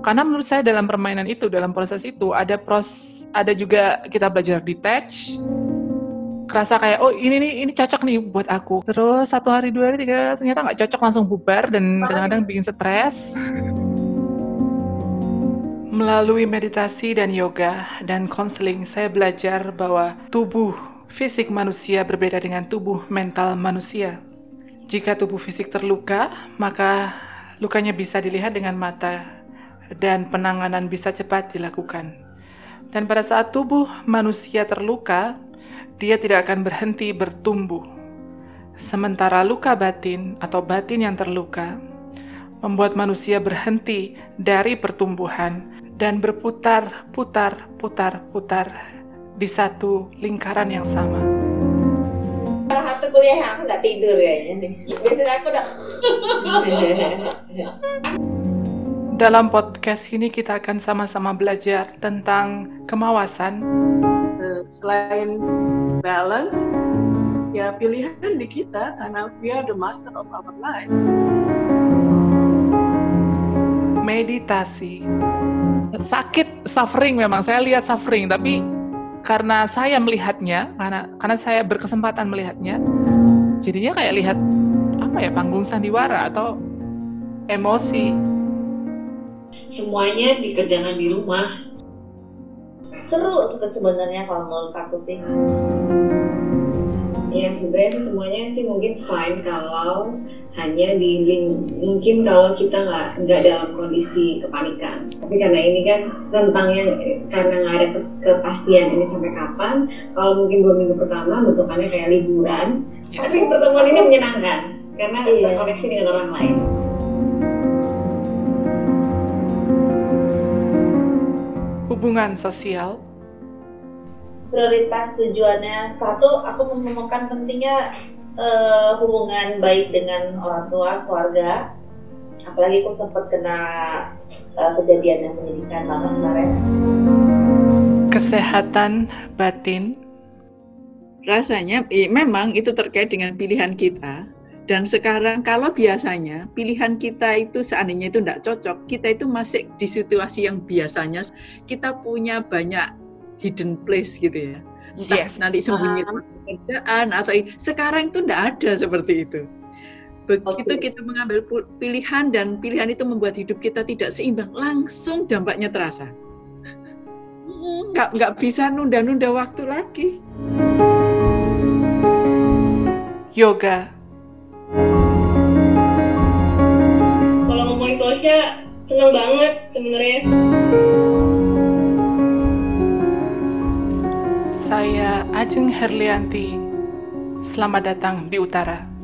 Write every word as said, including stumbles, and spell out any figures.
karena menurut saya dalam permainan itu, dalam proses itu ada pros, ada juga kita belajar detach, kerasa kayak oh ini nih ini cocok nih buat aku. Terus satu hari dua hari tiga ternyata nggak cocok, langsung bubar dan kadang-kadang bikin stres. Melalui meditasi dan yoga dan konseling, saya belajar bahwa tubuh fisik manusia berbeda dengan tubuh mental manusia. Jika tubuh fisik terluka, maka lukanya bisa dilihat dengan mata dan penanganan bisa cepat dilakukan. Dan pada saat tubuh manusia terluka, dia tidak akan berhenti bertumbuh. Sementara luka batin atau batin yang terluka membuat manusia berhenti dari pertumbuhan dan berputar, putar, putar, putar di satu lingkaran yang sama. Salah satu kuliah yang aku nggak tidur kayaknya nih. Biasanya aku udah. Dalam podcast ini kita akan sama-sama belajar tentang kemawasan. Selain balance, ya pilihan di kita karena we are the master of our life. Meditasi. Sakit, suffering memang. Saya lihat suffering, tapi karena saya melihatnya, karena karena saya berkesempatan melihatnya, jadinya kayak lihat apa ya, panggung sandiwara atau emosi. Semuanya dikerjakan di rumah. Seru sebenarnya kalau menurut aku sih. Ya sebenarnya sih semuanya sih mungkin fine kalau hanya di link, mungkin kalau kita nggak nggak dalam kondisi kepanikan. Tapi karena ini kan rentangnya karena nggak ada kepastian ini sampai kapan. Kalau mungkin dua minggu pertama bentukannya kayak liburan, yes. Tapi pertemuan ini menyenangkan karena iya. Terkoneksi dengan orang lain. Hubungan sosial. Prioritas tujuannya satu, aku menemukan pentingnya uh, hubungan baik dengan orang tua, keluarga. Apalagi aku sempat kena uh, kejadian yang menyedihkan banget kemarin. Kesehatan batin. Rasanya eh, memang itu terkait dengan pilihan kita. Dan sekarang kalau biasanya pilihan kita itu seandainya itu tidak cocok, kita itu masih di situasi yang biasanya kita punya banyak hidden place gitu ya. Entah yes. Nanti sembunyi uh-huh. pekerjaan atau sekarang itu tidak ada seperti itu. Begitu okay. Kita mengambil pilihan dan pilihan itu membuat hidup kita tidak seimbang, langsung dampaknya terasa. Nggak nggak bisa nunda-nunda waktu lagi. Yoga. Kalau ngomongin close-nya seneng banget sebenarnya. Saya Ajeng Herlianti. Selamat datang di Utara.